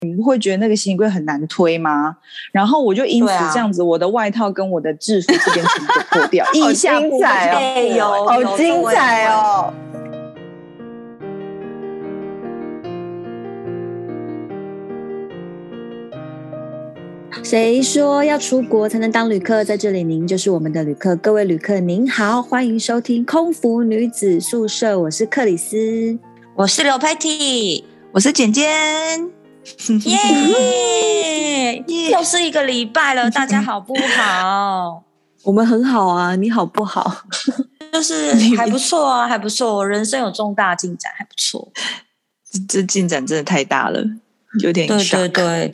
你不会觉得那个行李柜很难推吗？然后我就因此这样子，我的外套跟我的制服这边全部破掉，腋下部分好精彩哦！谁说要出国才能当旅客？在这里，您就是我们的旅客。各位旅客，您好，欢迎收听空服女子宿舍。我是克里斯， 我是刘 Patty， 我是简简。 耶！又是一个礼拜了，大家好不好？ 我们很好啊，你好不好？ 就是还不错啊，还不错。我人生有重大进展，还不错。 这进展真的太大了，有点对，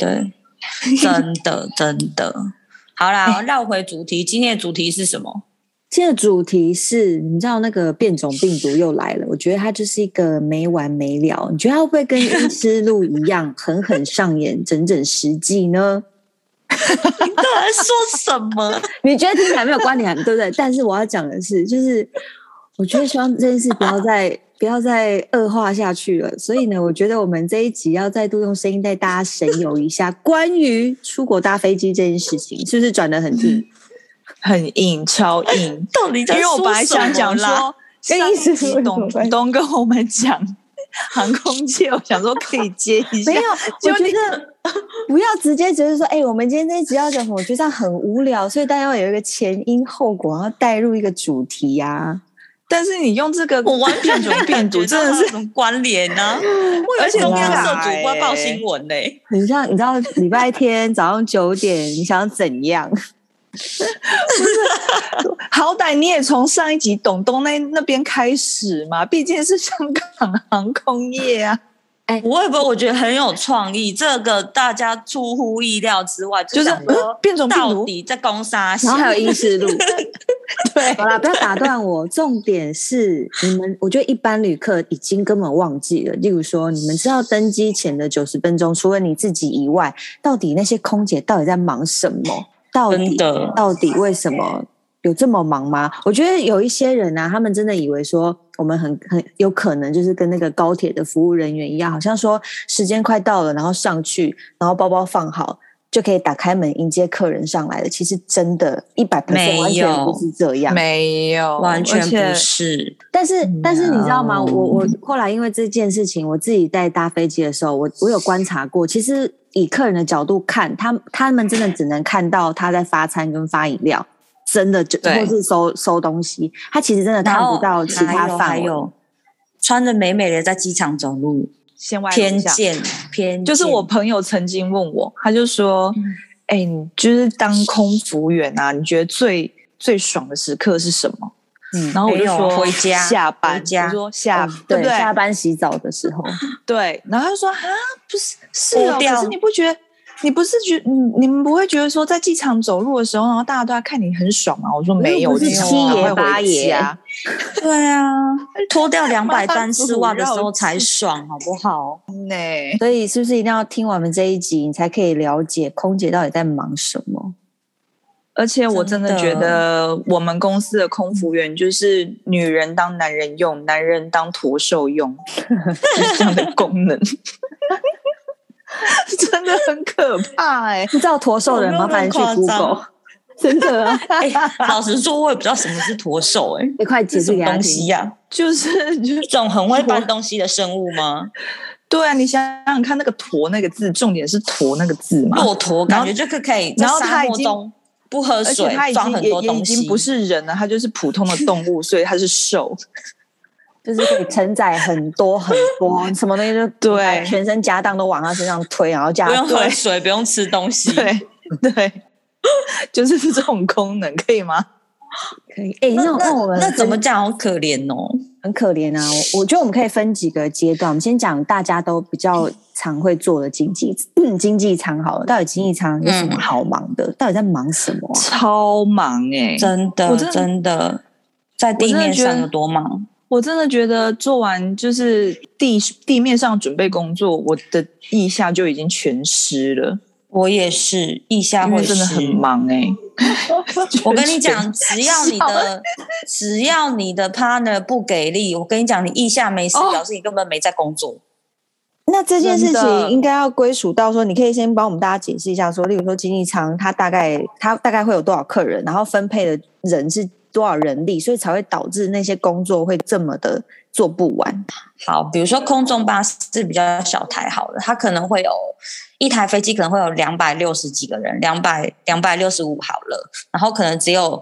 真的。好啦，绕回主题，今天的主题是什么？ 今天的主题是，你知道那个变种病毒又来了，我觉得它就是一个没完没了。你觉得它会不会跟阴尸路一样，狠狠上演整整10季呢？ 你到底在说什么？ 你觉得听起来没有关联，对不对？但是我要讲的是，就是我觉得希望这件事不要再恶化下去了。所以呢，我觉得我们这一集要再度用声音带大家神游一下关于出国搭飞机这件事情，是不是转得很硬？ 很硬，超硬。 到底在说什么啦？ 因为我本来想讲说，上一集东跟我们讲航空界，我想说可以接一下。 没有，我觉得不要直接觉得说，我们今天这一集要讲什么，我觉得这样很无聊，所以大家要有一个前因后果，然后带入一个主题啊。 但是你用这个， 我完全没病毒真的是什么关联呢、啊？而且中央社主播报新闻嘞、 很像，你知道礼拜天早上9点，你想要怎样？ 不是，好歹你也从上一集董东那边开始嘛，毕竟是香港航空业啊。 我觉得很有创意，这个大家出乎意料之外， 就是变种病毒到底在攻杀， 然后还有阴尸路。 对， 好啦，不要打断我。重点是你们，我觉得一般旅客已经根本忘记了。例如说，你们知道登机前的90分钟，除了你自己以外，到底那些空姐到底在忙什么？到底为什么有这么忙吗？我觉得有一些人啊，他们真的以为说我们很有可能就是跟那个高铁的服务人员一样，好像说时间快到了，然后上去，然后包包放好，就可以打开门迎接客人上来了。其实真的100%完全不是这样， 没有， 完全不是。 但是你知道吗？我后来因为这件事情，我自己在搭飞机的时候，我有观察过，其实以客人的角度看，他们真的只能看到他在发餐跟发饮料，真的就或是收东西，他其实真的看不到其他范围。 还有穿着美美的在机场走路，偏见， 就是我朋友曾经问我，他就说：“你就是当空服员啊，你觉得最爽的时刻是什么？”然后我就说回家下班，我说对不对？ 下班洗澡的时候， 对。然后他就说不是哦，可是你不觉得？你们不会觉得说在机场走路的时候，然后大家都在看你很爽吗？我说没有， 不是7爷8爷。 对啊，脱掉200-300袜的时候才爽，好不好？ 所以是不是一定要听完我们这一集，你才可以了解空姐到底在忙什么？ 而且我真的觉得我们公司的空服员就是女人当男人用，男人当驼兽用，就是这样的功能。真的很可怕你知道驼兽的人麻烦你去 Google， 真的啊。 老实说，我也不知道什么是驼兽。 你快解释给他听。 东西呀，就是一种很会搬东西的生物吗？ 对啊，你想想看，那个驼那个字，重点是驼那个字嘛。 骆驼感觉就可以在沙漠中不喝水，装很多东西， 已经不是人了，它就是普通的动物，所以它是兽。 就是可以承载很多什么东西，就对，全身家当都往他身上推，然后不用喝水，不用吃东西， 对，就是这种功能，可以吗？ 可以。那怎么讲？好可怜哦， 很可怜啊！我觉得我们可以分几个阶段，我们先讲大家都比较常会做的经济舱好了。到底经济舱有什么好忙的？到底在忙什么？ 超忙真的，在地面上有多忙？ 我真的觉得做完就是地面上准备工作，我的腋下就已经全湿了。 我也是，腋下会湿， 真的很忙我跟你讲，只要你的 partner 不给力，我跟你讲，你腋下没湿，表示你根本没在工作。 那这件事情应该要归属到说，你可以先帮我们大家解释一下说，例如说经济舱它大概会有多少客人，然后分配的人是多少人力，所以才会导致那些工作会这么的做不完。 好，比如说空中巴士比较小台好了，它可能会有一台飞机可能会有260几个人，265好了，然后可能只有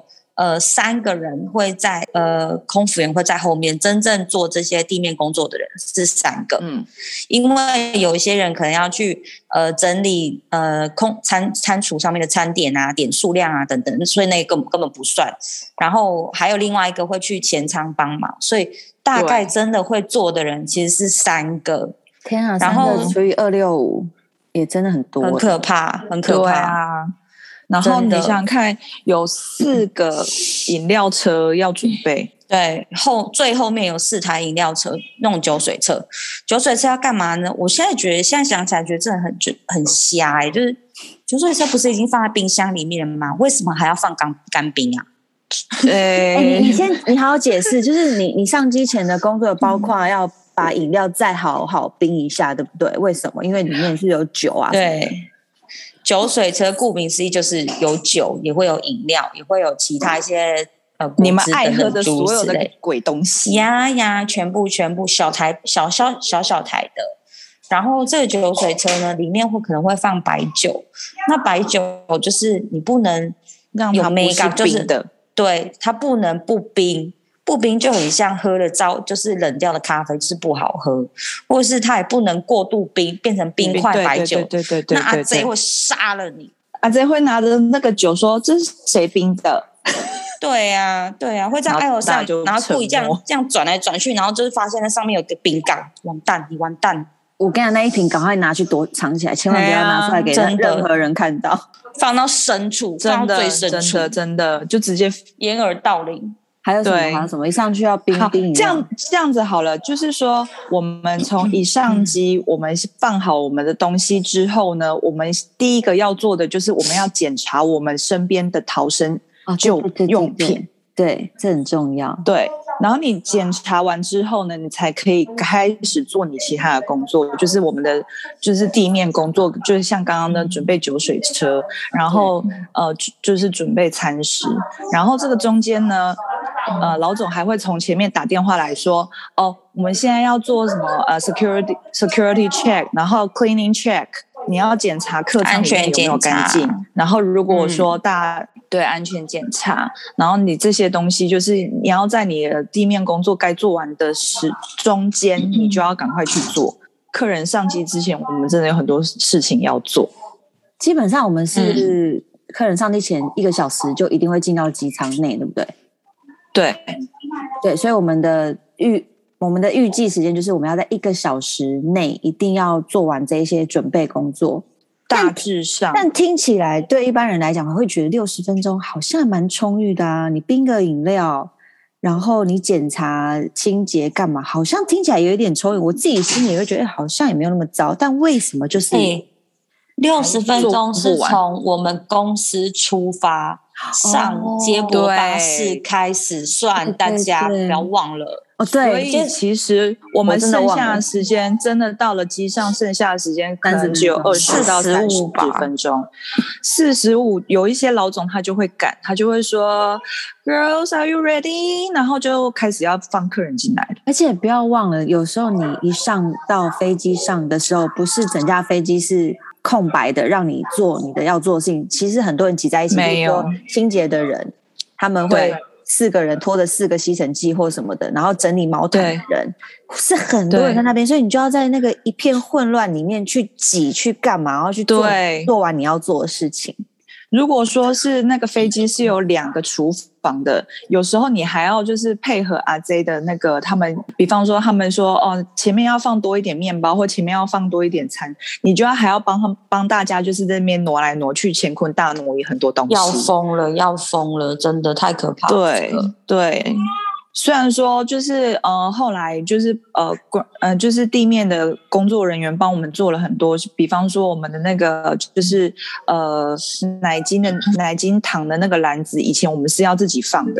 3个人会在空服员会在后面，真正做这些地面工作的人是3个。因为有一些人可能要去整理餐厨上面的餐点啊、点数量啊等等，所以那个根本不算。然后还有另外一个会去前舱帮忙，所以大概真的会做的人其实是3个。 天啊，然后3个除以265也真的很多， 很可怕，很可怕。 对啊。然后你想想看，有4个饮料车要准备， 对，最后面有4台饮料车，那种酒水车。酒水车要干嘛呢？我现在想起来觉得真的很瞎就是酒水车不是已经放在冰箱里面了吗？为什么还要放干冰啊？ 你好好解释，就是你上机前的工作包括要把饮料再好冰一下，对不对？为什么？因为里面是有酒啊。 对。酒水车顾名思义就是有酒，也会有饮料，也会有其他一些你们爱喝的所有的鬼东西呀，全部小台的。然后这个酒水车呢，里面可能会放白酒，那白酒就是你不能让它不是冰的， 对，它不能不冰。不冰就很像喝了就是冷掉的咖啡，就是不好喝，或者是它也不能过度冰，变成冰块白酒。 对， 那阿 J 会杀了你。 阿 J 会拿着那个酒说：“这是谁冰的？” 对啊，会在爱河上，然后故意这样转来转去，然后就是发现那上面有个冰盖，你完蛋！ 我跟你讲，那一瓶赶快拿去藏起来，千万不要拿出来给任何人看到， 放到深处，放到最深处， 真的就直接掩耳盗铃。 还有什么？一上去要冰这样子好了，就是说，我们从一上机，我们放好我们的东西之后呢，我们第一个要做的就是我们要检查我们身边的逃生救用品。 对，这很重要。 对，然后你检查完之后呢，你才可以开始做你其他的工作，就是我们的就是地面工作，就是像刚刚的准备酒水车，然后就是准备餐食，然后这个中间呢。老总还会从前面打电话来说，我们现在要做什么security check， 然后 cleaning check， 你要检查客舱里面有没有干净，然后如果说对安全检查，然后你这些东西就是你要在你的地面工作该做完的中间，你就要赶快去做。客人上机之前，我们真的有很多事情要做。 基本上我们是客人上机前1个小时就一定会进到机舱内，对不对？对，所以我们的预计时间就是我们要在1个小时内一定要做完这些准备工作。 大致上， 但听起来对一般人来讲，我会觉得60分钟好像蛮充裕的啊。你冰个饮料，然后你检查清洁干嘛，好像听起来有一点充裕。我自己心里也会觉得好像也没有那么糟，但为什么就是 60分钟是从我们公司出发上接驳巴士开始算，大家不要忘了。 对， 所以其实我们剩下的时间真的到了机上，剩下的时间可能只有20到30分钟。45，有一些老总他就会赶，他就会说 "Girls, are you ready?" 然后就开始要放客人进来了。 而且不要忘了，有时候你一上到飞机上的时候，不是整架飞机是空白的，让你做你的要做的事情。其实很多人挤在一起，比如说清洁的人，他们会4个人拖着4个吸尘器或什么的，然后整理毛毯的人是很多人在那边，所以你就要在那个一片混乱里面去挤去干嘛，然后去做完你要做的事情。 如果说是那个飞机是有2个厨房的，有时候你还要就是配合阿 J 的那个他们，比方说他们说前面要放多一点面包，或前面要放多一点餐，你就还要帮大家就是在那边挪来挪去，乾坤大挪移很多东西， 要疯了，真的太可怕了。 对。虽然说就是后来就是就是地面的工作人员帮我们做了很多，比方说我们的那个就是奶精糖的那个篮子，以前我们是要自己放的，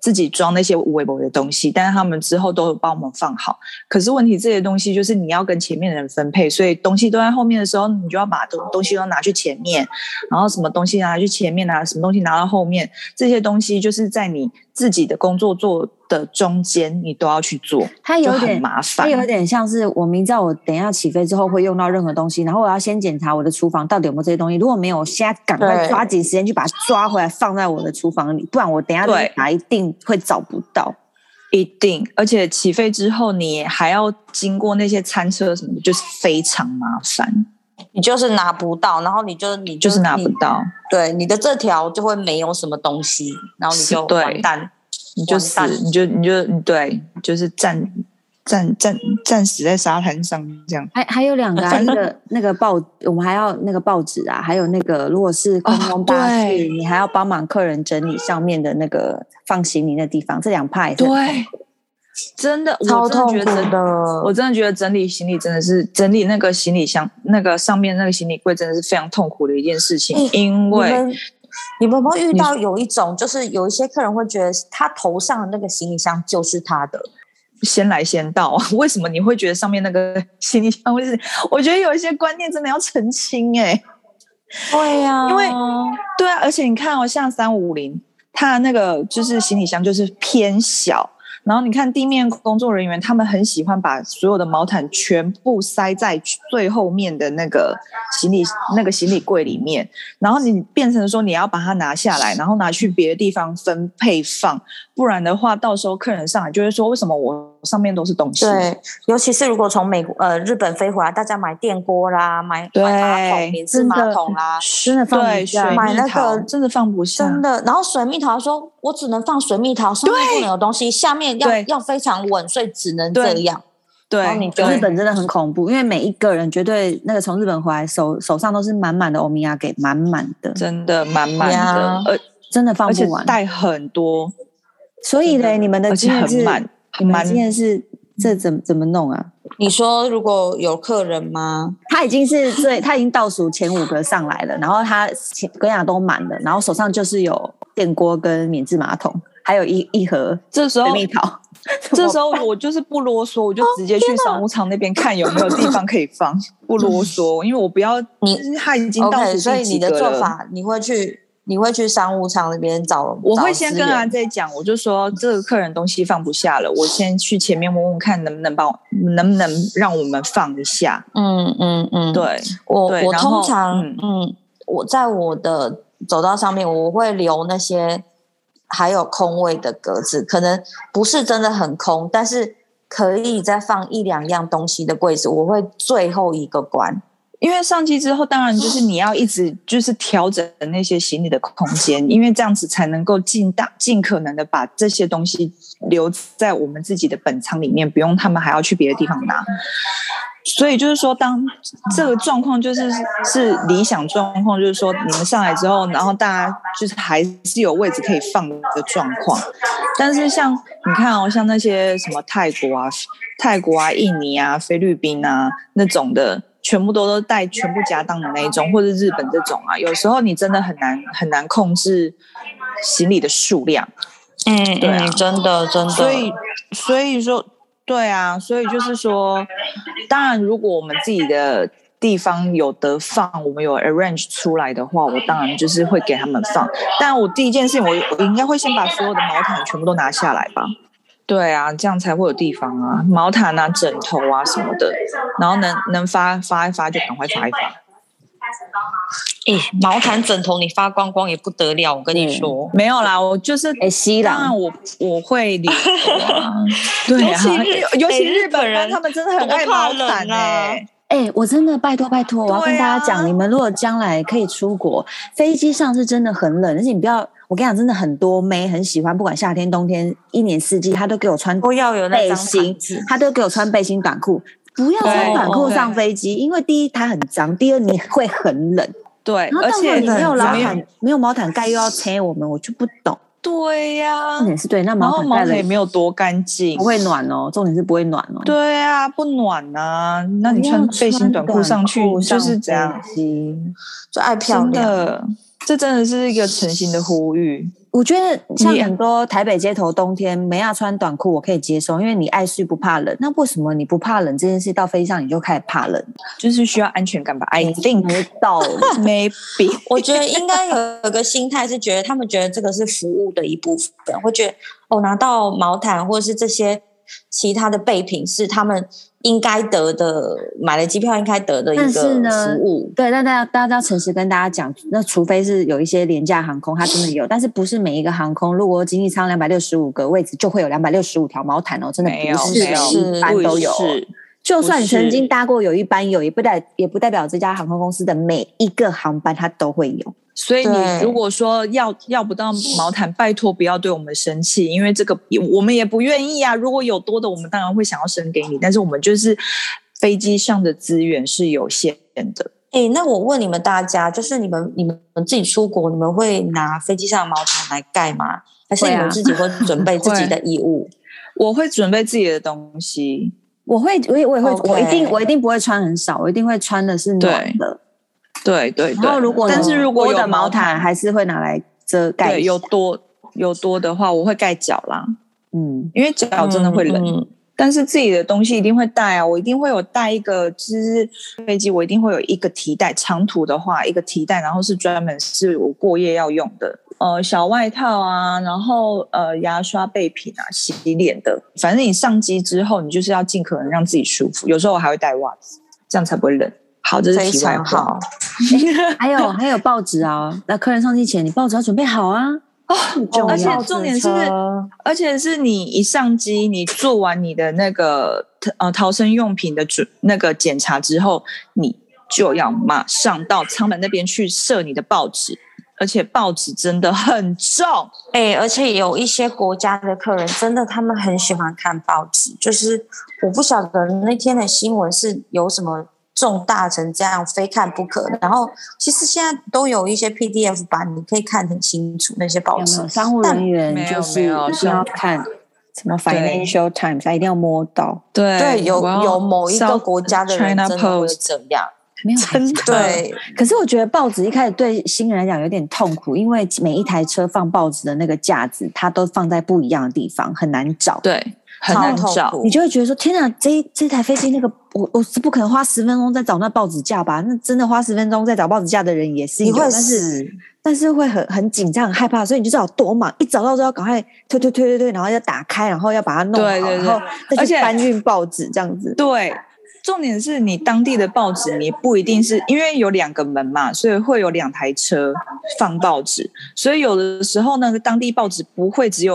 自己装那些无微博的东西，但是他们之后都有帮我们放好。可是问题这些东西就是你要跟前面的人分配，所以东西都在后面的时候，你就要把东西都拿去前面，然后什么东西拿去前面啊，什么东西拿到后面，这些东西就是在你自己的工作做的中间，你都要去做， 它有点就很麻烦。 它有点像是我明知道我等一下起飞之后会用到任何东西，然后我要先检查我的厨房到底有没有这些东西。如果没有，我现在赶快抓紧时间去把它抓回来，放在我的厨房里，不然我等一下拿一定会找不到。 一定，而且起飞之后你还要经过那些餐车什么的，就是非常麻烦。 你就是拿不到，然后你就是拿不到， 对，你的这条就会没有什么东西，然后你就完蛋， 你就死，你就对，就是站死在沙滩上这样。 还有两个、啊，那个我们还要那个报纸啊，还有那个如果是空中巴士，你还要帮忙客人整理上面的那个放行李的地方，这两派对。真的超痛苦的， 我真的觉得整理行李真的是整理那个行李箱，那个上面那个行李柜真的是非常痛苦的一件事情。因为你们有没有遇到有一种，就是有一些客人会觉得他头上的那个行李箱就是他的， 先来先到，为什么你会觉得上面那个行李箱会是？我觉得有一些观念真的要澄清对呀， 因为对啊，而且你看像350，它那个就是行李箱就是偏小。然后你看地面工作人员，他们很喜欢把所有的毛毯全部塞在最后面的那个行李柜里面，然后你变成说你要把它拿下来，然后拿去别的地方分配放，不然的话，到时候客人上来就会说为什么我上面都是东西？ 对，尤其是如果从日本飞回来，大家买电锅啦，买马桶、免治马桶啦， 真的放不下， 买那个真的放不下， 真的。然后水蜜桃说，我只能放水蜜桃，上面不能有东西，下面要非常稳，所以只能这样。 对， 日本真的很恐怖，因为每一个人绝对那个从日本回来手上都是满满的欧米亚给满满的， 真的满满的， 真的放不完， 而且带很多。 所以呢，你们的经验是这怎么弄啊？ 你说如果有客人吗？ 他已经倒数前5个上来了，然后他跟雅都满了，然后手上就是有电锅跟免治马桶，还有一盒水蜜桃。 这时候我就是不啰嗦，我就直接去商务舱那边看有没有地方可以放，不啰嗦，因为我不要他已经倒数所以你的做法，你会去商务舱那边找， 我会先跟阿 J 讲，我就说这个客人东西放不下了，我先去前面问问看能不能让我们放一下。对， 我通常我在我的走道上面，我会留那些还有空位的格子，可能不是真的很空，但是可以再放1-2样东西的柜子，我会最后一个关。 因为上机之后，当然就是你要一直就是调整那些行李的空间，因为这样子才能够尽可能的把这些东西留在我们自己的本舱里面，不用他们还要去别的地方拿。所以就是说，当这个状况是理想状况，就是说你们上来之后，然后大家就是还是有位置可以放的状况。但是像你看像那些什么泰国啊、印尼啊、菲律宾啊那种的。全部都带全部家当的那一种，或者日本这种啊，有时候你真的很难控制行李的数量。对啊， 真的。 所以说，对啊，所以就是说，当然，如果我们自己的地方有得放，我们有 arrange 出来的话，我当然就是会给他们放。但我第一件事情，我应该会先把所有的毛毯全部都拿下来吧。对啊，这样才会有地方啊，毛毯啊、枕头啊什么的，然后能发一发就赶快发一发。 毛毯枕头你发光光也不得了，我跟你说。 没有啦，我就是当然我会留啊。对啊，尤其日本人，他们真的很爱毛毯我真的拜托，我要跟大家讲，你们如果将来可以出国，飞机上是真的很冷，而且你不要，我跟你讲，真的很多妹很喜欢，不管夏天冬天，一年四季，她都给我穿都要有那张背心，她都给我穿背心短裤，不要穿短裤上飞机，因为第一它很脏，第二你会很冷。 对， 而且你没有毛毯盖又要拆我们，我就不懂。 对呀， 重点是对，那毛毯也没有多干净， 不会暖哦。重点是不会暖哦。 对啊，不暖啊。那你穿背心短裤上去就是这样， 就爱漂亮。 这真的是一个诚心的呼吁。 我觉得像很多台北街头冬天没要穿短裤我可以接受，因为你爱睡不怕冷。那为什么你不怕冷这件事到飞机上你就开始怕冷？ 就是需要安全感吧。I think 没道理 maybe 我觉得应该有一个心态是觉得他们觉得这个是服务的一部分，会觉得拿到毛毯或者是这些其他的备品是他们应该得的，买了机票应该得的一个服务。 对，但大家要诚实跟大家讲，那除非是有一些廉价航空它真的有，但是不是每一个航空如果经济舱265个位置就会有265条毛毯哦，真的不是每一班都有。就算你曾经搭过有一班有，也不代表这家航空公司的每一个航班它都会有。 所以你如果说要不到毛毯，拜托不要对我们生气，因为这个我们也不愿意啊。如果有多的，我们当然会想要生给你，但是我们就是飞机上的资源是有限的。 那我问你们大家，就是你们自己出国，你们会拿飞机上的毛毯来盖吗？还是你们自己会准备自己的衣物？ 我会准备自己的东西。 我也会，我一定不会穿很少，我一定会穿的是暖的。 对。 然后如果有的毛毯，还是会拿来遮盖。 对，有多的话，我会盖脚啦。因为脚真的会冷。但是自己的东西一定会带啊，我一定会有带一个，就是飞机我一定会有一个提袋，长途的话一个提袋，然后是专门是我过夜要用的。小外套啊，然后牙刷备品啊，洗脸的，反正你上机之后，你就是要尽可能让自己舒服。有时候我还会带袜子，这样才不会冷。好，这是题外话。 还有报纸啊，那客人上机前，你报纸要准备好啊。 而且重点是，而且是你一上机，你做完你的那个逃生用品的那个检查之后，你就要马上到舱门那边去设你的报纸。而且报纸真的很重， 而且有一些国家的客人真的他们很喜欢看报纸，就是我不晓得那天的新闻是有什么重大成这样非看不可。然后其实现在都有一些 PDF 版，你可以看很清楚那些报纸。 商务人员就是要看什么 Financial Times， 他一定要摸到。 对，有某一个国家的人真的会这样。 没有真的对， 可是我觉得报纸一开始对新人来讲有点痛苦，因为每一台车放报纸的那个架子，它都放在不一样的地方，很难找。 对，很难找。 你就会觉得说：天哪，这台飞机那个，我是不可能花10分钟在找那报纸架吧？那真的花10分钟在找报纸架的人也是有，但是会很紧张、很害怕，所以你就知道多忙。一找到之后，赶快推，然后要打开，然后要把它弄好，然后再去搬运报纸这样子。 对。重点是你当地的报纸，你不一定是因为有2个门嘛，所以会有2台车放报纸，所以有的时候那个当地报纸不会只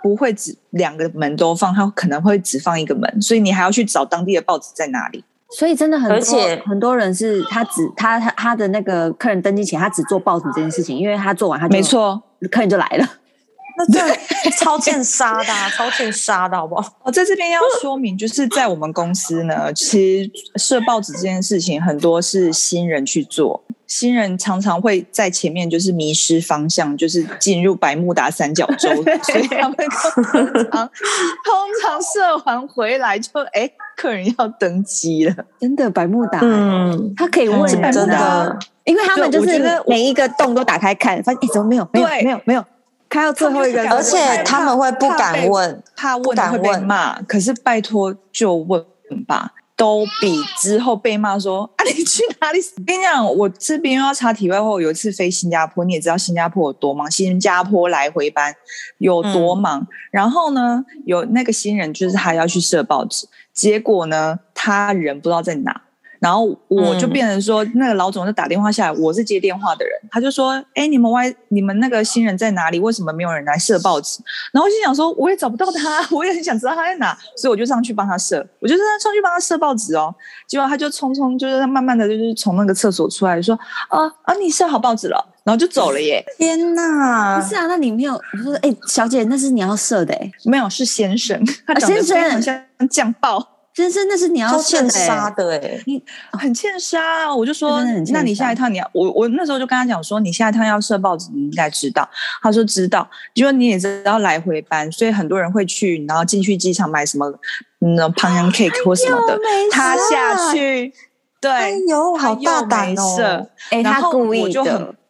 2个门都放，它可能会只放1个门，所以你还要去找当地的报纸在哪里。 所以真的很多人是他的那个客人登机前，他只做报纸这件事情，因为他做完他就没错， 客人就来了。 那这超欠杀的，超欠杀的，好不好？ 我在这边要说明，就是在我们公司呢，其实设报纸这件事情很多是新人去做，新人常常会在前面就是迷失方向，就是进入百慕达三角洲，所以他们通常设完回来就客人要登机了， 真的百慕达，他可以问人真的， 因为他们就是每一个洞都打开看，发现怎么没有。开到最后一个， 而且他们会不敢问， 怕问会被骂。可是拜托就问吧，都比之后被骂说你去哪里？跟你讲，我这边又要插题外话，有一次飞新加坡，你也知道新加坡有多忙，新加坡来回班有多忙。然后呢，有那个新人就是他要去设报纸，结果呢，他人不知道在哪。然后我就变成说，那个老总就打电话下来，我是接电话的人，他就说：“你们那个新人在哪里？为什么没有人来设报纸？”然后我心想说，我也找不到他，我也很想知道他在哪，所以我就上去帮他设，上去帮他设报纸哦。结果他就匆匆就是慢慢的就是从那个厕所出来说：“你設好报纸了。”然后就走了耶！ 天哪！ 不是啊，那你没有我说小姐，那是你要设的没有，是先生，他长得非常像酱爆。先生， 那是你要欠杀的你很欠杀。我就说，那你下一趟你要我那时候就跟他讲说，你下一趟要设报纸，你应该知道。他说知道，结果你也知道来回班，所以很多人会去，然后进去机场买什么pancake 或什么的，他下去。对， 好大胆哦！ 他故意的，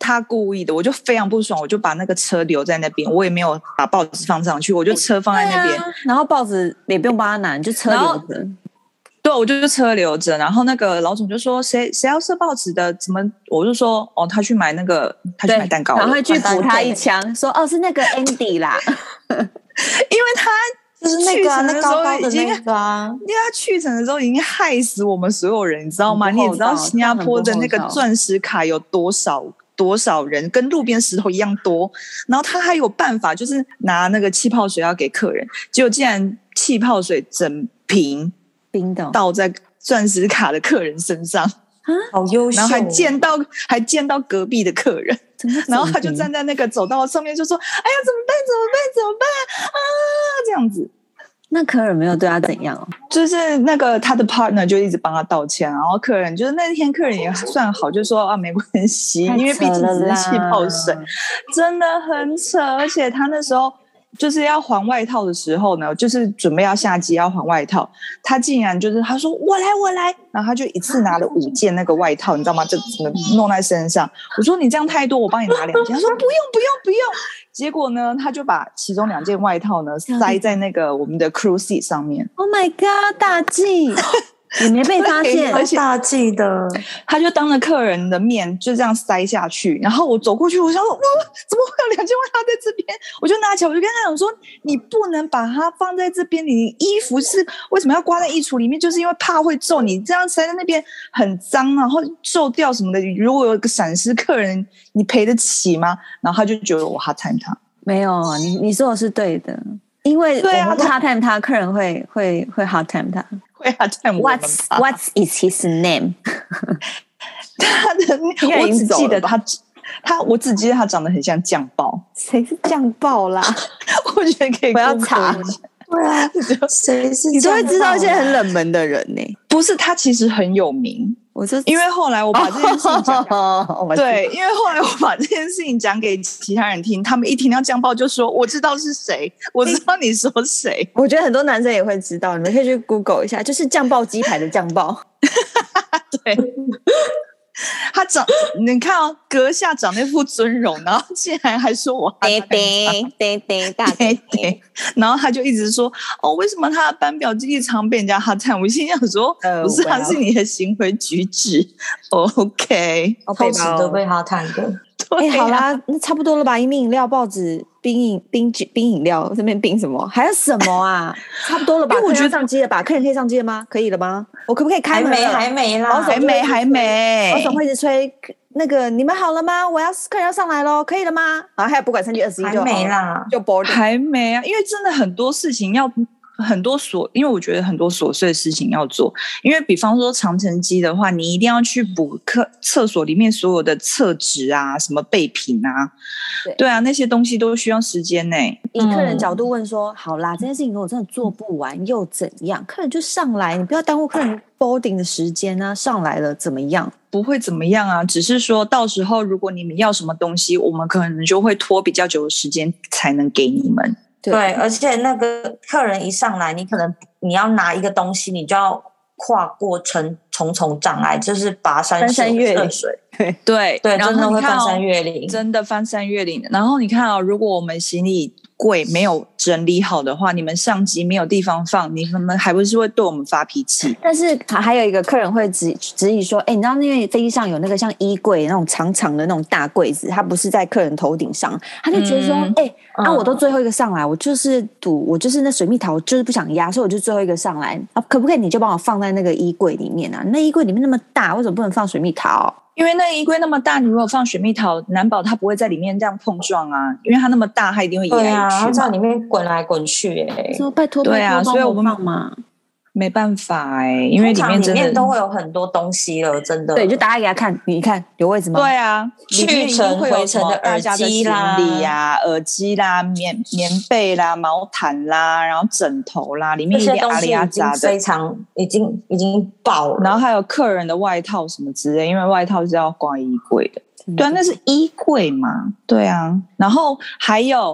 他故意的，我就非常不爽，我就把那个车留在那边，我也没有把报纸放上去，我就车放在那边， 然后报纸也不用帮他拿，你就车留着。 对，我就车留着，然后那个老总就说谁要射报纸的，怎么？我就说哦，他去买蛋糕了， 然后去补他一枪，说哦是那个 Andy 啦， 因为他就是那个那高高的那个啊， 因为他去程的时候已经害死我们所有人，你知道吗？你也知道新加坡的那个钻石卡有多少人，跟路边石头一样多，然后他还有办法，就是拿那个气泡水要给客人，结果竟然气泡水整瓶冰的倒在钻石卡的客人身上， 好優秀， 然後還見到隔壁的客人，然後他就站在那個走道上面就說：“哎呀，怎麼辦啊？”這樣子。 那客人沒有對他怎樣哦？ 就是那個他的 partner 就一直幫他道歉，然後客人就是那天客人也算好，就說啊沒關係，因為畢竟只是氣泡水，真的很扯，而且他那時候。就是要還外套的時候呢，就是準備要下機要還外套，他竟然就是他說我來，然後他就一次拿了5件那個外套，你知道嗎？就弄在身上。我說你這樣太多，我幫你拿2件。他說不用。結果呢，他就把其中2件外套呢塞在那個我們的 crew seat 上面。 Oh my god， 大忌！也沒被發現， 而且大忌的， 他就當着客人的面就這樣塞下去，然後我走過去，我想說，哇，怎麼會有2件外套在這邊？我就拿起來，我就跟他講說，你不能把它放在這邊，你衣服是為什麼要掛在衣櫥裡面？就是因為怕會皺，你這樣塞在那邊很髒，然後皺掉什麼的。如果有一個閃失，客人你賠得起嗎？然後他就覺得我 hard time 他， 沒有，你說的是對的，因為我們 hard time 他，客人會 hard time 他。 會 hard time 我們吧。 What is his name？ 他的，我只記得我只記得他長得很像醬爆。 誰是醬爆啦？ 我覺得可以， 我要查。 對啊，誰是？ 你就會知道一些很冷門的人呢、欸。 不是，他其實很有名。因為後來我把這件事情講，對，因為後來我把這件事情講給其他人聽，他們一聽到醬爆就說我知道是誰，我知道你說誰。 我覺得很多男生也會知道，你們可以去 Google 一下，就是醬爆雞排的醬爆。 對。他你看哦，閣下長那副尊容，然後竟然還說我對，大對， 然後他就一直說哦，為什麼他的班表經常被人家 hard time？我心想說，不是，他是你的行為舉止。OK， 偷吃都被 hard time 的。 對、好啦，那差不多了吧？一名飲料、報紙、冰飲料，這邊冰什麼？還有什麼啊？差不多了吧？我覺得上機了吧？客人可以上機了嗎？可以了嗎？我可不可以開門？ 還沒啦， 還沒。 保總會一直催，那個你們好了嗎？客人要上來咯，可以了嗎？然後還有不管3句21就還沒啦， 就 board 還沒啊，因為真的很多事情要。因為我覺得很多瑣碎的事情要做，因為比方說長程機的話，你一定要去補廁所裡面所有的廁紙啊，什麼備品啊，對啊，那些東西都需要時間呢。 以客人角度問說，好啦，這件事情如果真的做不完又怎樣？客人就上來，你不要耽誤客人 boarding 的時間啊，上來了怎麼樣？ 不會怎麼樣啊，只是說到時候如果你們要什麼東西，我們可能就會拖比較久的時間才能給你們。 對，而且那個客人一上來，你要拿一個東西，你就要跨過重重障礙，就是跋山越水。 對， 真的會翻山越嶺， 真的翻山越嶺。然後你看哦，如果我們行李櫃沒有整理好的話，你們上機沒有地方放，你們還不是會對我們發脾氣？但是還有一個客人會質疑說，你知道因為飛機上有那個像衣櫃那種長長的那種大櫃子，它不是在客人頭頂上，他就覺得說，我都最後一個上來，我就是那水蜜桃，我就是不想壓，所以我就最後一個上來，可不可以你就幫我放在那個衣櫃裡面啊？那衣櫃裡面那麼大，為什麼不能放水蜜桃？ 因為那個衣櫃那麼大，你如果放水蜜桃，難保它不會在裡面這樣碰撞啊，因為它那麼大，它一定會移來移去嘛。 它在裡面滾來滾去說拜託， 對啊，所以我們放嘛。 沒辦法因為裡面真的裡面都會有很多東西了，真的。 對，就打開給他看，你看有位置嗎？ 對啊， 去程回程的耳機啦、 行李啊、耳機啦、棉被啦、毛毯啦，然後枕頭啦，裡面一點阿里阿雜的， 非常已經爆了。 然後還有客人的外套什麼之類，因為外套是要掛衣櫃的。對啊，那是衣櫃嘛。對啊，然後還有。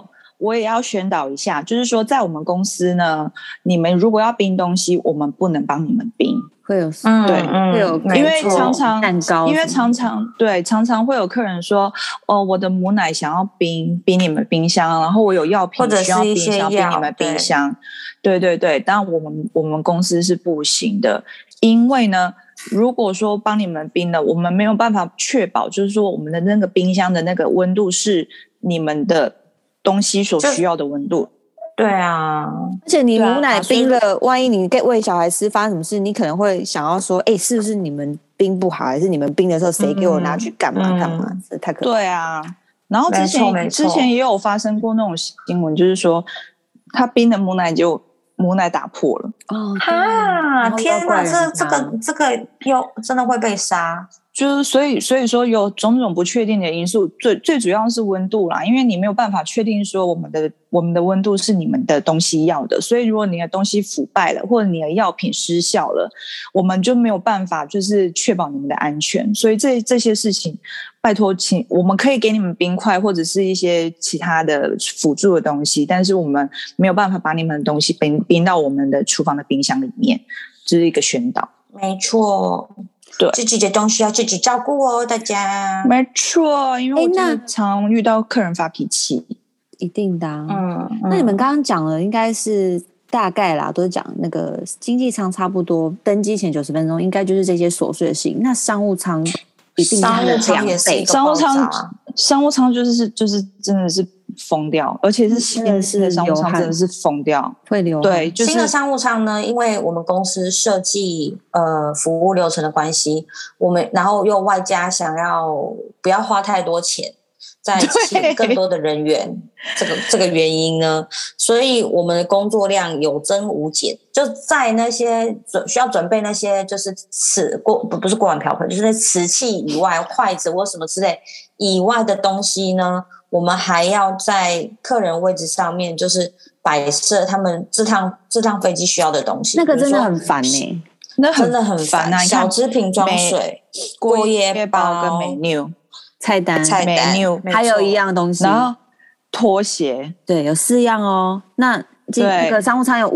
我也要宣导一下，就是说在我们公司呢，你们如果要冰东西，我们不能帮你们冰。 会有对， 会有， 因为常常蛋糕， 因为常常会有客人说，哦，我的母奶想要冰你们冰箱，然后我有药品需要冰箱冰你们冰箱，对对对，但我们公司是不行的，因为呢，如果说帮你们冰了，我们没有办法确保，就是说我们的那个冰箱的那个温度是你们的东西所需要的温度。 对啊， 而且你母奶冰了，万一你给喂小孩吃发生什么事，你可能会想要说，是不是你们冰不好，还是你们冰的时候谁给我拿去干嘛干嘛？这太可怕。 对啊，然后之前也有发生过那种新闻，就是说他冰的母奶就母奶打破了。 哦， 哈，天哪，这个又真的会被杀。 就是所以说有种种不确定的因素，最主要是温度啦，因为你没有办法确定说我们的温度是你们的东西要的，所以如果你的东西腐败了，或者你的药品失效了，我们就没有办法就是确保你们的安全。所以这些事情，拜托，请我们可以给你们冰块或者是一些其他的辅助的东西，但是我们没有办法把你们的东西冰到我们的厨房的冰箱里面，这是一个宣导。 没错。 对， 自己的东西要自己照顾哦，大家。 没错，因为我真的常遇到客人发脾气， 一定的。那你们刚刚讲了，应该是大概啦，都是讲那个经济舱差不多登机前90分钟，应该就是这些琐碎的事情。那商务舱一定商务舱也是一个爆炸， 商务舱就是真的是疯掉，而且是新的商务舱真的是疯掉， 会流汗。 对，就是新的商务舱呢，因为我们公司设计服务流程的关系，我们然后又外加想要不要花太多钱，再请更多的人员，这个原因呢，所以我们的工作量有增无减。就在那些需要准备那些就是不是锅碗瓢盆，就是那瓷器以外，筷子或什么之类以外的东西呢，我们还要在客人位置上面就是摆设他们这趟飞机需要的东西。 那个真的很烦欸， 那真的很烦。小支瓶装水、过夜包跟 menu 菜单 menu， 还有一样东西， 然后拖鞋， 对，有4样哦。那这个商务舱有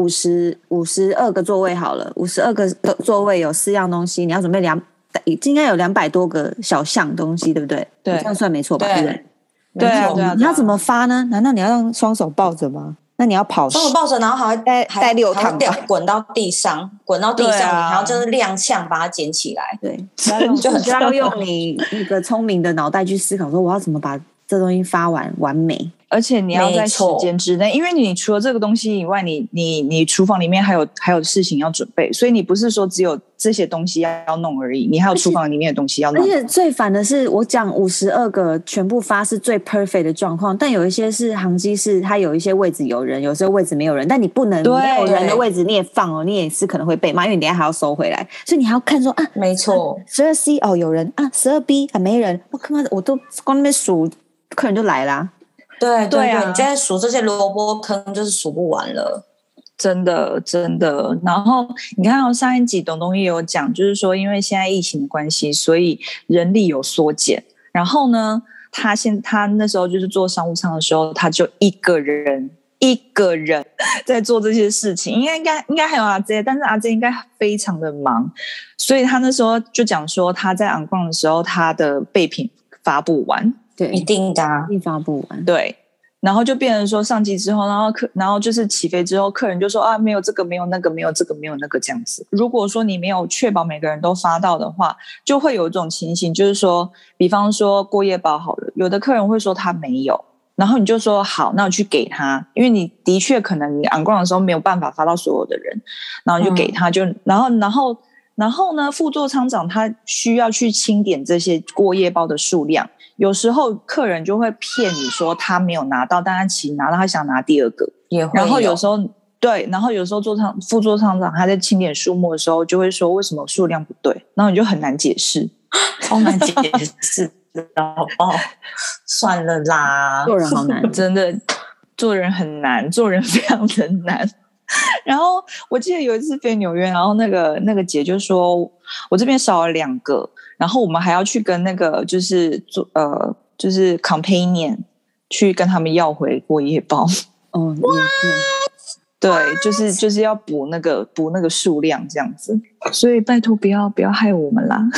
52个座位好了，52个座位有4样东西，你要准备应该有200多个小项东西，对不对？ 对， 这样算没错吧？对不对？ 对啊， 你要怎么发呢？难道你要用双手抱着吗？那你要跑， 双手抱着，然后还会带6趟滚到地上，你还要就是踉跄把它捡起来。 对，就要用你一个聪明的脑袋去思考，说我要怎么把这东西发完美。 而且你要在时间之内，因为你除了这个东西以外，你厨房里面还有事情要准备，所以你不是说只有这些东西要弄而已，你还有厨房里面的东西要弄。 而且最烦的是，我讲52个全部发是最 perfect 的状况，但有一些是航机是它有一些位置有人，有时候位置没有人，但你不能没有人的位置你也放哦，你也是可能会被骂，因为你等一下还要收回来，所以你还要看说啊， 没错 ，12C 哦有人啊，12B 啊没人，我都光那边数，客人就来啦。 对啊，你现在数这些萝卜坑就是数不完了， 真的。然后你看到上一集董东也有讲，就是说因为现在疫情的关系，所以人力有缩减。然后呢，他那时候就是做商务舱的时候，他就一个人在做这些事情，应该还有阿 J， 但是阿 J 应该非常的忙，所以他那时候就讲说他在昂逛的时候，他的备品发不完。 对， 一定的， 一发不完。 对，然后就变成说上机之后，然后就是起飞之后，客人就说啊，没有这个，没有那个，没有这个，没有那个这样子。如果说你没有确保每个人都发到的话，就会有一种情形，就是说，比方说过夜包好了，有的客人会说他没有，然后你就说好，那我去给他，因为你的确可能你昂逛的时候没有办法发到所有的人，然后你就给他，然后呢，副座舱长他需要去清点这些过夜包的数量。有时候客人就会骗你说他没有拿到，但他其实拿到，他想拿第2个。 也会。 然后有时候副座舱长他在清点数目的时候，就会说为什么数量不对，然后你就很难解释， 超难解释的，好不好？算了啦， 做人好难， 真的做人很难，做人非常的难。然后我记得有一次飞纽约，然后那个姐就说我这边少了2个，然后我们还要去跟那个就是companion 去跟他们要回过夜包。 哦， 对，就是要补那个数量这样子，所以拜托不要害我们啦。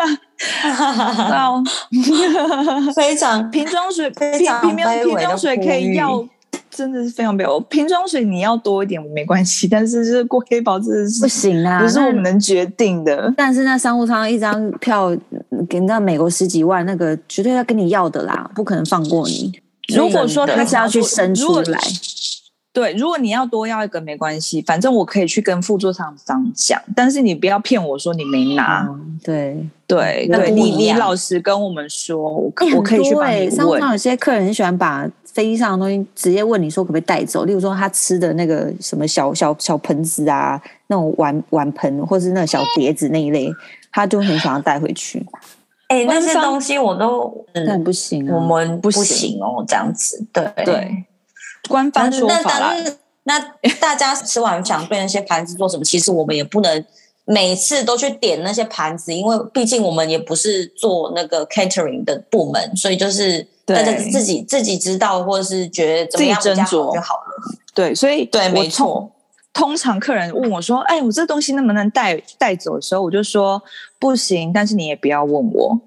非常瓶装水， 非常瓶装水可以要，真的是非常不要。瓶装水你要多一点我没关系，但是就是过黑宝真的是不行啦， 不是我们能决定的。 但是那商务舱一张票给那美国10几万，那个绝对要跟你要的啦，不可能放过你。 如果说他是要去生出来。 对，如果你要多要一个没关系，反正我可以去跟副座厂商讲，但是你不要骗我说你没拿。 对， 你老实跟我们说，我可以去帮你问。 商务舱有些客人很喜欢把飞机上的东西直接问你说可不可以带走，例如说他吃的那个什么小盆子啊，那种碗盆或是那个小碟子那一类，他就很想要带回去。 那些东西我都但不行， 我们不行哦，这样子。对。 官方说法啦， 那大家吃完想对那些盘子做什么？其实我们也不能每次都去点那些盘子，因为毕竟我们也不是做那个 catering 的部门，所以就是大家自己知道，或者是觉得怎么样比较好就好了。 对，所以对，没错。 通常客人问我说：“哎，我这东西能不能带走？”的时候，我就说不行，但是你也不要问我。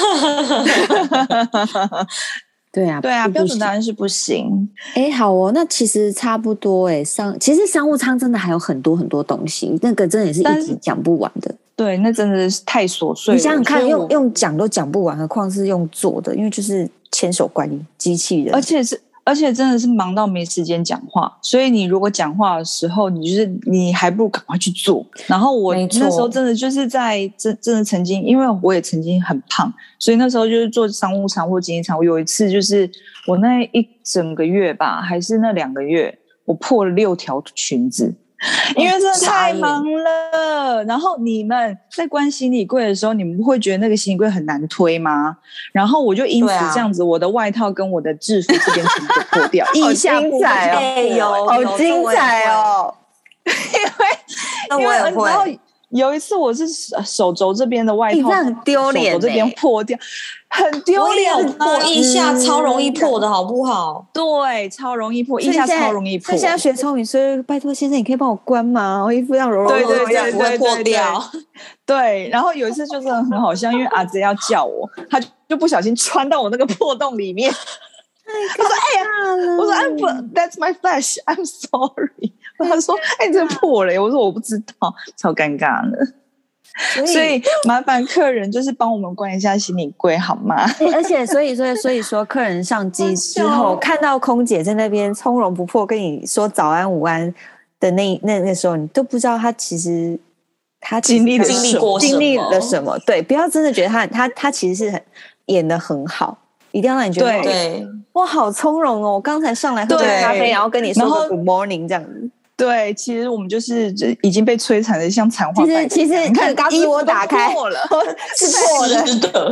对啊， 标准答案是不行。 好哦，那其实差不多其实商务舱真的还有很多很多东西，那个真的也是一直讲不完的。 对，那真的是太琐碎了。 你想想看，用讲都讲不完，何况是用做的，因为就是千手观音机器人，而且真的是忙到没时间讲话，所以你如果讲话的时候，你还不如赶快去做。然后我那时候真的就是真的曾经，因为我也曾经很胖，所以那时候就是做商务舱或经济舱。我有一次就是我那一整个月吧，还是那2个月，我破了6条裙子。因为真的太忙了，然后你们在关行李柜的时候，你们不会觉得那个行李柜很难推吗？然后我就因此这样子，我的外套跟我的制服这边全部破掉， 好精彩哦， 好精彩哦！ 因为然后有一次我是手肘这边的外套很丢脸， 手肘这边破掉，很丢脸， 破腋下超容易破的好不好？ 对，超容易破，腋下超容易破。 所以现在学聪明，所以拜托先生，你可以帮我关吗？我衣服让柔柔对不会破掉。 对，然后有一次就是很好笑，因为阿杰要叫我，他就不小心穿到我那个破洞里面。他说：“哎呀，我说 That's my flesh, I'm sorry。”他说：“哎，这破了。”我说：“我不知道，超尴尬的。”所以麻烦客人就是帮我们关一下行李柜好吗？ 而且所以说，客人上机之后看到空姐在那边从容不迫跟你说早安午安的那时候，你都不知道他其实经历了什么。对，不要真的觉得他其实是演得很好。一定要让你觉得对， 哇，好从容哦！我刚才上来喝杯咖啡，然后跟你说个 Good morning 这样子。 对，其实我们就是已经被摧残的像残花败其实你看嘎吱窝打开破了， 是破的，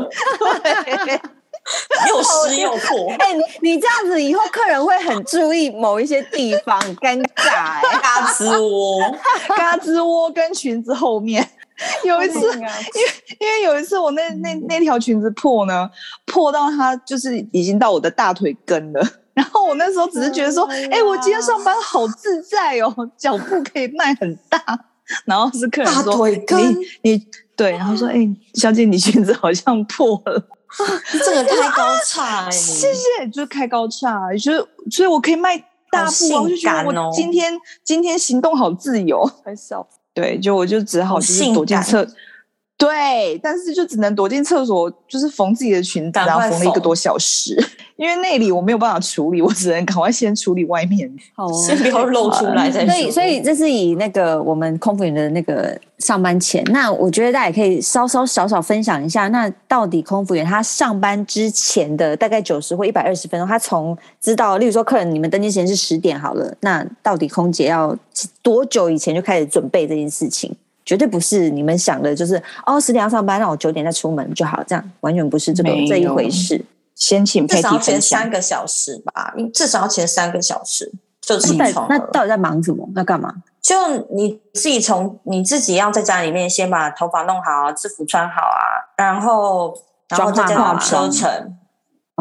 又湿又破。 你这样子以后客人会很注意某一些地方，尴尬嘎吱窝跟裙子后面。有一次，因为有一次我那条裙子破到它就是已经到我的大腿根了。然后我那时候只是觉得说，我今天上班好自在哦，脚步可以迈很大。然后是客人说， 大腿根， 你对，然后说，小姐，你裙子好像破了。 这个开高叉谢谢，就是开高叉，所以我可以迈大步，我就觉得我今天行动好自由， 很少。 对，我就只好就是躲进厕所，对，但是就只能躲进厕所，就是缝自己的裙子，然后缝了1个多小时，因为内里我没有办法处理，我只能赶快先处理外面， 先不要露出来再说。 所以这是以那个我们空服员的那个上班前，那我觉得大家也可以少分享一下，那到底空服员他上班之前的大概90或120分钟，他从知道，例如说客人你们登记时间是10点好了，那到底空姐要多久以前就开始准备这件事情？绝对不是你们想的，就是10点要上班，那我9点再出门就好，这样完全不是这一回事。 先请至少前3个小时吧，至少前3个小时就起床了。 那到底在忙什么？要干嘛？ 就你自己要在家里面先把头发弄好，制服穿好啊，然后再加上车程。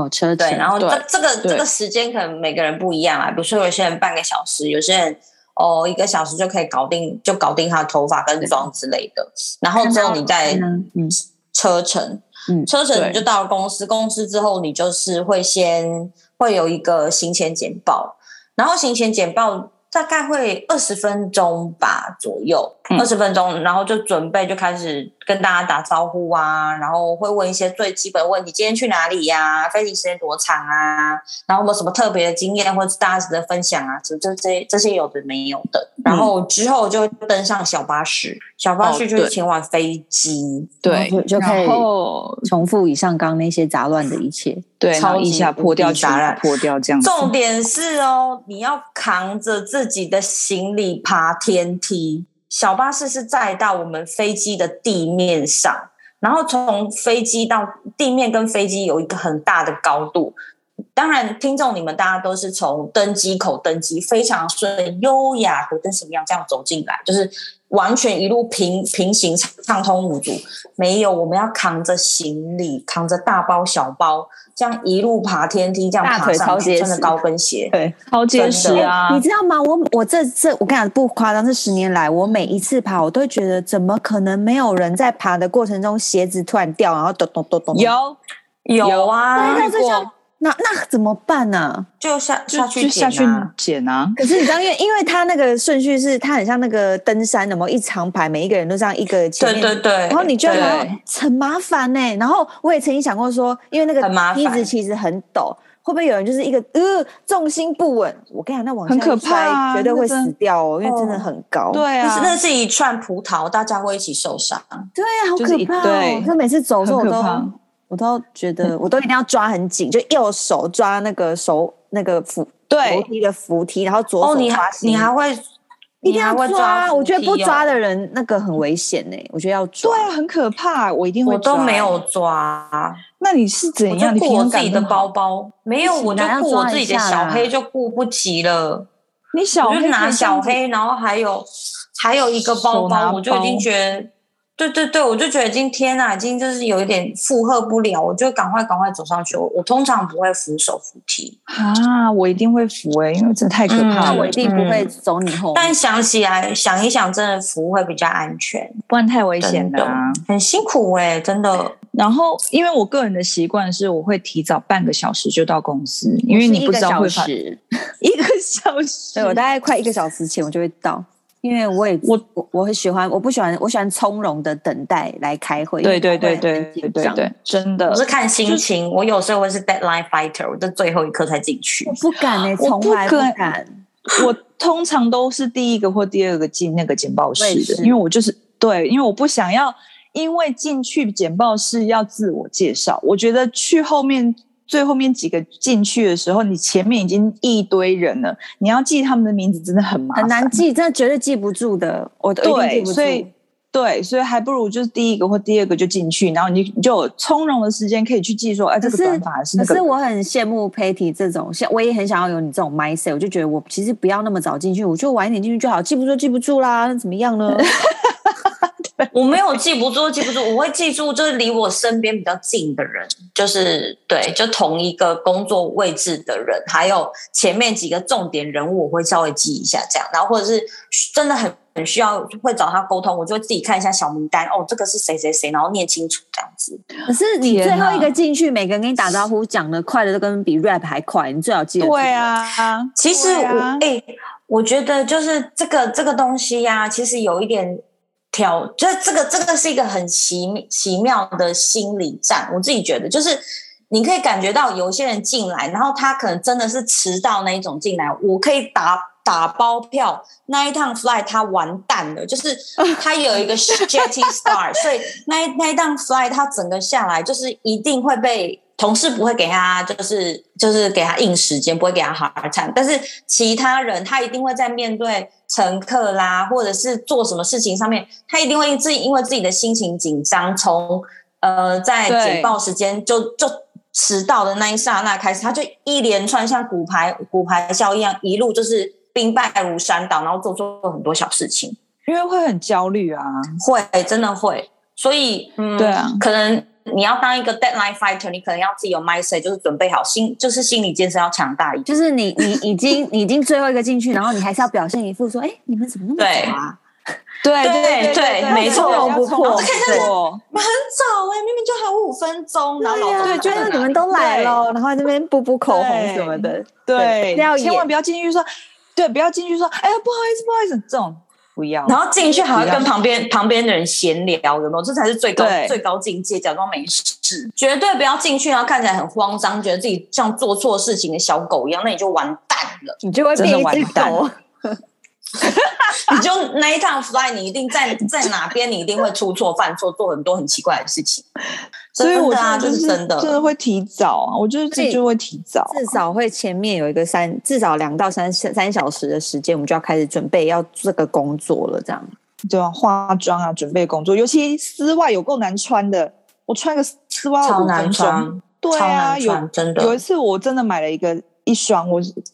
车程对，然后对这个时间可能每个人不一样啊，比如说有些人半个小时，有些人1个小时就可以搞定他的头发跟妆之类的，然后之后你再车程。车程你就到了公司之后你就是会有一个行前简报，然后行前简报大概会20分钟吧左右，20分钟，然后就准备就开始跟大家打招呼啊，然后会问一些最基本的问题，今天去哪里呀？飞行时间多长啊？然后有没有什么特别的经验或者是大家的分享啊？这些有的没有的，然后之后就登上小巴士，小巴士就是前往飞机， 对， 就可以重复以上刚那些杂乱的一切， 对，然后一下破掉，破掉这样子。 重点是你要扛着自己的行李爬天梯。小巴士是载到我们飞机的地面上，然后从飞机到地面跟飞机有一个很大的高度。当然听众你们大家都是从登机口登机，非常顺优雅和跟什么样这样走进来，就是完全一路平行畅通无阻。没有，我们要扛着行李，扛着大包小包，这样一路爬天梯，这样爬上去，穿着高跟鞋， 对，超结实啊！ 你知道吗？我这我跟你讲不夸张，这10年来我每一次爬，我都会觉得怎么可能没有人在爬的过程中鞋子突然掉，然后咚咚咚咚。 有啊， 那怎么办呢？ 就下去捡啊！ 可是你知道，因为他那个顺序是，他很像那个登山的嘛，一长排，每一个人都这样一个前面， 对， 然后你觉得很麻烦呢。然后我也曾经想过说，因为那个梯子其实很陡，会不会有人就是一个重心不稳？我跟你讲，那往下很可怕， 绝对会死掉哦，因为真的很高。 对啊， 那是一串葡萄，大家会一起受伤。 对啊，好可怕哦！就每次走的时候我都觉得，我都一定要抓很紧，就右手抓那个楼梯的扶梯，然后左手抓你还会一定要抓。我觉得不抓的人那个很危险呢，我觉得要抓。 对啊，很可怕，我一定会抓。 我都没有抓。 那你是怎样？ 我就顾我自己的包包，没有，我就顾我自己的小黑就顾不及了。 你小黑我就拿小黑，然后还有一个包包，我就已经觉得。对，我就觉得天哪，已经就是有一点负荷不了，我就赶快走上去。我通常不会扶手扶梯啊，我一定会扶因为真的太可怕了。 我一定不会走你后面。 但想一想，真的扶会比较安全， 不然太危险了啊， 很辛苦真的。 然后，因为我个人的习惯是，我会提早半个小时就到公司，因为你不知道会发1个小时， 对我大概快1个小时前我就会到。因为我很喜欢，我喜欢从容的等待来开会。 对，真的。 我是看心情，我有时候会是 deadline fighter， 我在最后一刻才进去。 我不敢从来不敢。 我通常都是第一个或第二个进那个简报室的，因为我就是因为我不想要，因为进去简报室要自我介绍，我觉得去最后面几个进去的时候，你前面已经一堆人了，你要记他们的名字真的很麻烦， 很难记，真的绝对记不住的。我都一定记不住。 所以还不如就是第一个或第二个就进去，然后你就有从容的时间可以去记说，这个短发是那个。 可是我很羡慕 Patty 这种，我也很想要有你这种 mindset， 我就觉得我其实不要那么早进去，我就晚一点进去就好，记不住就记不住啦，那怎么样呢？ 我没有记不住，我会记住就是离我身边比较近的人，就是就同一个工作位置的人，还有前面几个重点人物，我会稍微记一下这样，然后或者是真的很需要会找他沟通，我就会自己看一下小名单，这个是谁，然后念清楚这样子。 可是你最后一个进去，每个人跟你打招呼讲的快的都跟比 rap 还快，你最好记得。 对啊， 其实我觉得就是这个东西呀，其实有一点。就是这个是一个很奇妙的心理战，我自己觉得，就是你可以感觉到有些人进来，然后他可能真的是迟到那一种进来，我可以打包票，那一趟 flight 他完蛋了，就是他有一个 jetty star， 所以那一趟 flight 他整个下来就是一定会被。同事不会给他，就是给他硬时间，不会给他 hard time。但是其他人，他一定会在面对乘客啦，或者是做什么事情上面，他一定会因为自己的心情紧张，从在简报时间就迟到的那一刹那开始，他就一连串像骨牌效一样，一路就是兵败如山倒，然后做很多小事情， 因为会很焦虑啊， 会真的会。所以， 对啊， 可能你要当一个 deadline fighter， 你可能要自己有 mindset， 就是准备好就是心理建设要强大一点。 就是你已经最后一个进去，然后你还是要表现一副说，你们怎么那么早啊？ 对，没错， 不破， 很早明明就还5分钟，然后老对，就是你们都来了，然后在那边补口红什么的， 对，千万不要进去说，对，不要进去说，哎呀，不好意思，这种不要。 然后进去还要跟旁边的人闲聊，有没有？这才是最高境界，假装没事，绝对不要进去，然后看起来很慌张，觉得自己像做错事情的小狗一样，那你就完蛋了， 你就会变一只狗。 你就那一趟 fly， 你一定在哪边，你一定会出错、犯错，做很多很奇怪的事情。 所以我就是真的会提早啊，我就是就会提早， 至少会前面有一个至少2到3小时的时间，我们就要开始准备要这个工作了，这样。 对啊，化妆啊，准备工作，尤其丝袜有够难穿的，我穿个丝袜超难穿， 对啊， 真的。 有一次我真的买了一双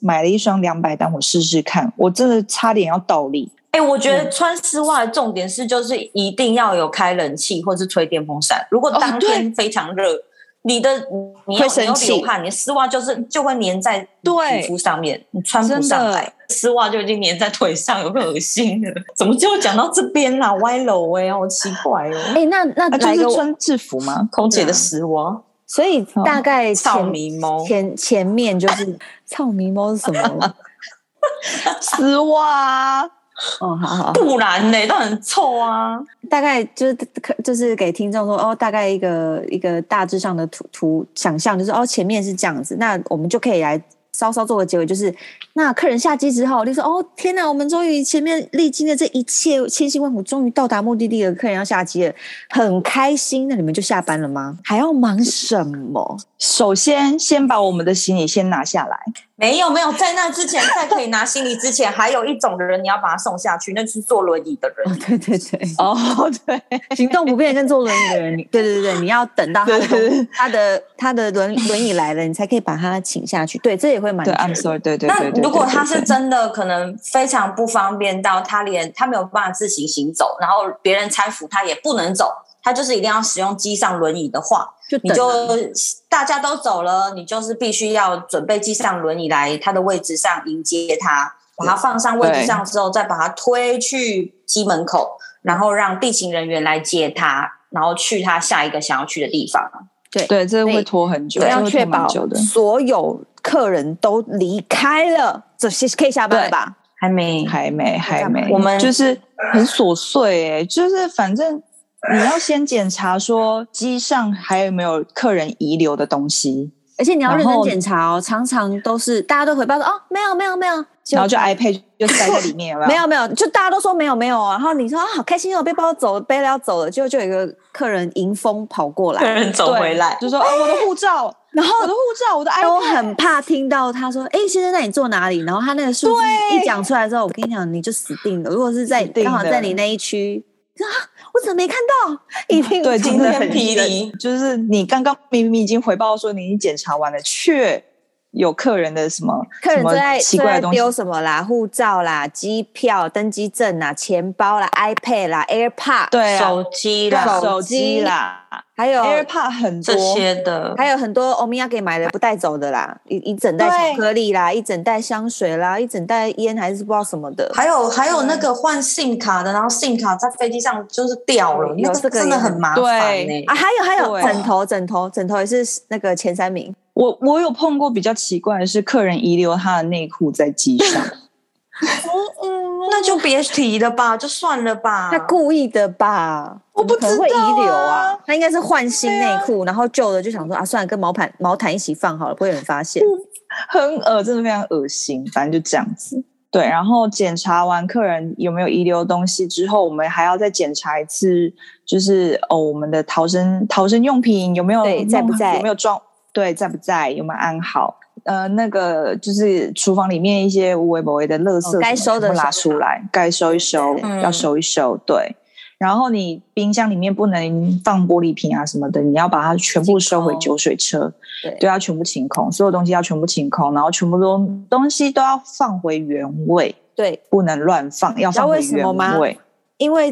200单，我试试看，我真的差点要倒立。 我觉得穿丝袜的重点是，就是一定要有开冷气或是吹电风扇。如果当天非常热，你有流汗，你的丝袜就会粘在皮肤上面，你穿不上来，丝袜就已经粘在腿上，有个恶心的。怎么就讲到这边啦？歪楼好奇怪哦。 那就是穿制服吗？ 空姐的丝袜。 所以大概草迷猫前面就是草迷猫是什么？ 丝袜啊。 好， 不然呢，都很臭啊。 大概就是给听众说，大概一个大致上的图想象，就是前面是这样子，那我们就可以来稍稍做个结尾，就是那客人下机之后就说，天哪，我们终于前面历经的这一切千辛万苦，终于到达目的地了，客人要下机了，很开心。那你们就下班了吗？还要忙什么？ 首先把我们的行李先拿下来。 没有，在那之前，在可以拿行李之前，还有一种的人你要把他送下去，那就是坐轮椅的人。 对，对，行动不便跟坐轮椅的人，对，你要等到他的轮椅来了，你才可以把他请下去。对，这也会蛮。 对 ，I'm sorry， 对。 那如果他是真的可能非常不方便到他没有办法自行行走，然后别人搀扶他也不能走，他就是一定要使用机上轮椅的话，你就大家都走了，你就是必须要准备机上轮椅来他的位置上迎接他，把他放上位置上之后，再把他推去机门口，然后让地勤人员来接他，然后去他下一个想要去的地方。 对，这会拖很久， 要确保所有客人都离开了，这些可以下班了吧？ 还没， 我们就是很琐碎就是反正你要先检查说机上还有没有客人遗留的东西， 而且你要认真检查常常都是大家都回报说没有， 然后就 iPad 就塞在里面，有没有，就大家都说没有，然后你说好开心背包背了要走了，就有一个客人迎风跑过来， 客人走回来就说我的护照，然后我的护照，我的 iPad， 都很怕听到他说先生，那你坐哪里？然后他那个数字一讲出来之后，我跟你讲你就死定了。如果是刚好在你那一区我怎么没看到？一定对， 晴天霹雳， 就是你刚刚明明已经回报说你已经检查完了，却有客人的什么奇怪的东西， 丢什么啦，护照啦、机票、登机证啦、钱包啦、iPad 啦、AirPod， 对啊， 手机啦， 还有 AirPod 很多这些的， 还有很多欧米亚给买了不带走的啦，一整袋巧克力啦，一整袋香水啦，一整袋烟还是不知道什么的， 还有那个换 SIM 卡的，然后 SIM 卡在飞机上就是掉了，那个真的很麻烦还有枕头也是那个前3名。 我有碰过比较奇怪的是，客人遗留他的内裤在机上。 那就别提了吧，就算了吧。 他故意的吧？ 我不知道会遗留啊。他应该是换新内裤，然后旧的就想说算了，跟毛毯一起放好了，不会有人发现。 很真的非常恶心。反正就这样子。对，然后检查完客人有没有遗留东西之后，我们还要再检查一次，就是我们的逃生用品有没有在不在， 有没有装。对，在不在？有没有安好？那个就是厨房里面一些无微不微的垃圾， 该收的拿出来，该收一收，要收一收。对，然后你冰箱里面不能放玻璃瓶啊什么的，你要把它全部收回酒水车，对，要全部清空，所有东西要全部清空，然后全部东西都要放回原位， 对， 不能乱放，要放回原位。 因为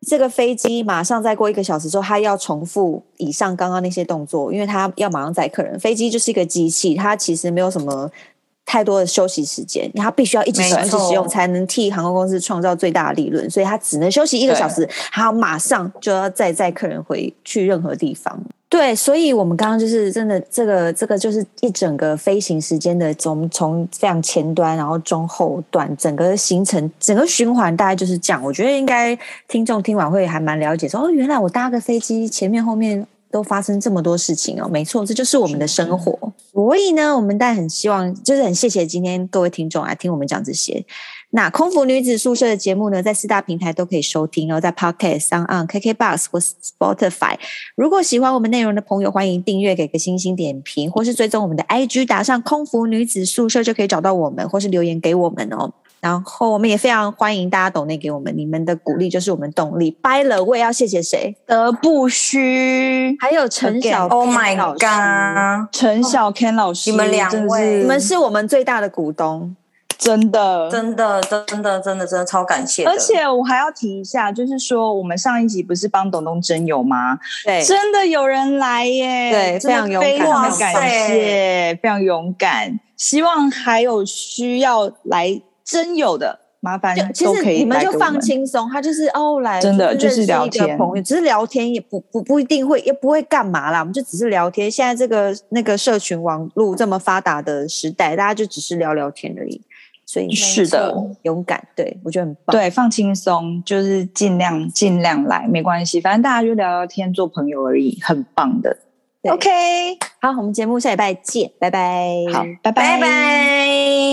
这个飞机马上再过1个小时之后，它要重复以上刚刚那些动作，因为它要马上载客人。飞机就是一个机器，它其实没有什么太多的休息时间，它必须要一直使用、一直使用，才能替航空公司创造最大的利润，所以它只能休息1个小时，还要马上就要再载客人回去任何地方。对，所以我们刚刚就是真的，这个就是一整个飞行时间的从非常前端，然后中后段，整个行程、整个循环大概就是这样。我觉得应该听众听完会还蛮了解说，原来我搭个飞机前面后面都发生这么多事情哦。没错，这就是我们的生活。所以呢，我们当然很希望，就是很谢谢今天各位听众来听我们讲这些。那空服女子宿舍的节目呢，在4大平台都可以收听，然后在 Podcast、SoundOn、KKBox 或 Spotify。如果喜欢我们内容的朋友，欢迎订阅、给个星星点评，或是追踪我们的 IG， 打上空服女子宿舍就可以找到我们，或是留言给我们哦。然后我们也非常欢迎大家抖内给我们，你们的鼓励就是我们动力。掰了，我也要谢谢谁？ 德不虚， 还有陈小 ，Oh my god， 陈小 Ken 老师， 你们2位， 你们是我们最大的股东。 真的超感谢的。 而且我还要提一下，就是说我们上一集不是帮董东征友吗？ 对， 真的有人来耶， 对，非常勇敢， 非常感谢，非常勇敢。希望还有需要来征友的，麻烦都可以来给我们。其实你们就放轻松，他就是来真的就是聊天， 朋友只是聊天，也不一定会，也不会干嘛啦。我们就只是聊天。现在这个那个社群网络这么发达的时代，大家就只是聊聊天而已。所以是的， 勇敢，对，我觉得很棒。 对，放轻松，就是尽量来，没关系，反正大家就聊聊天，做朋友而已，很棒的。OK， 好，我们节目下礼拜见，拜拜。 好，拜拜。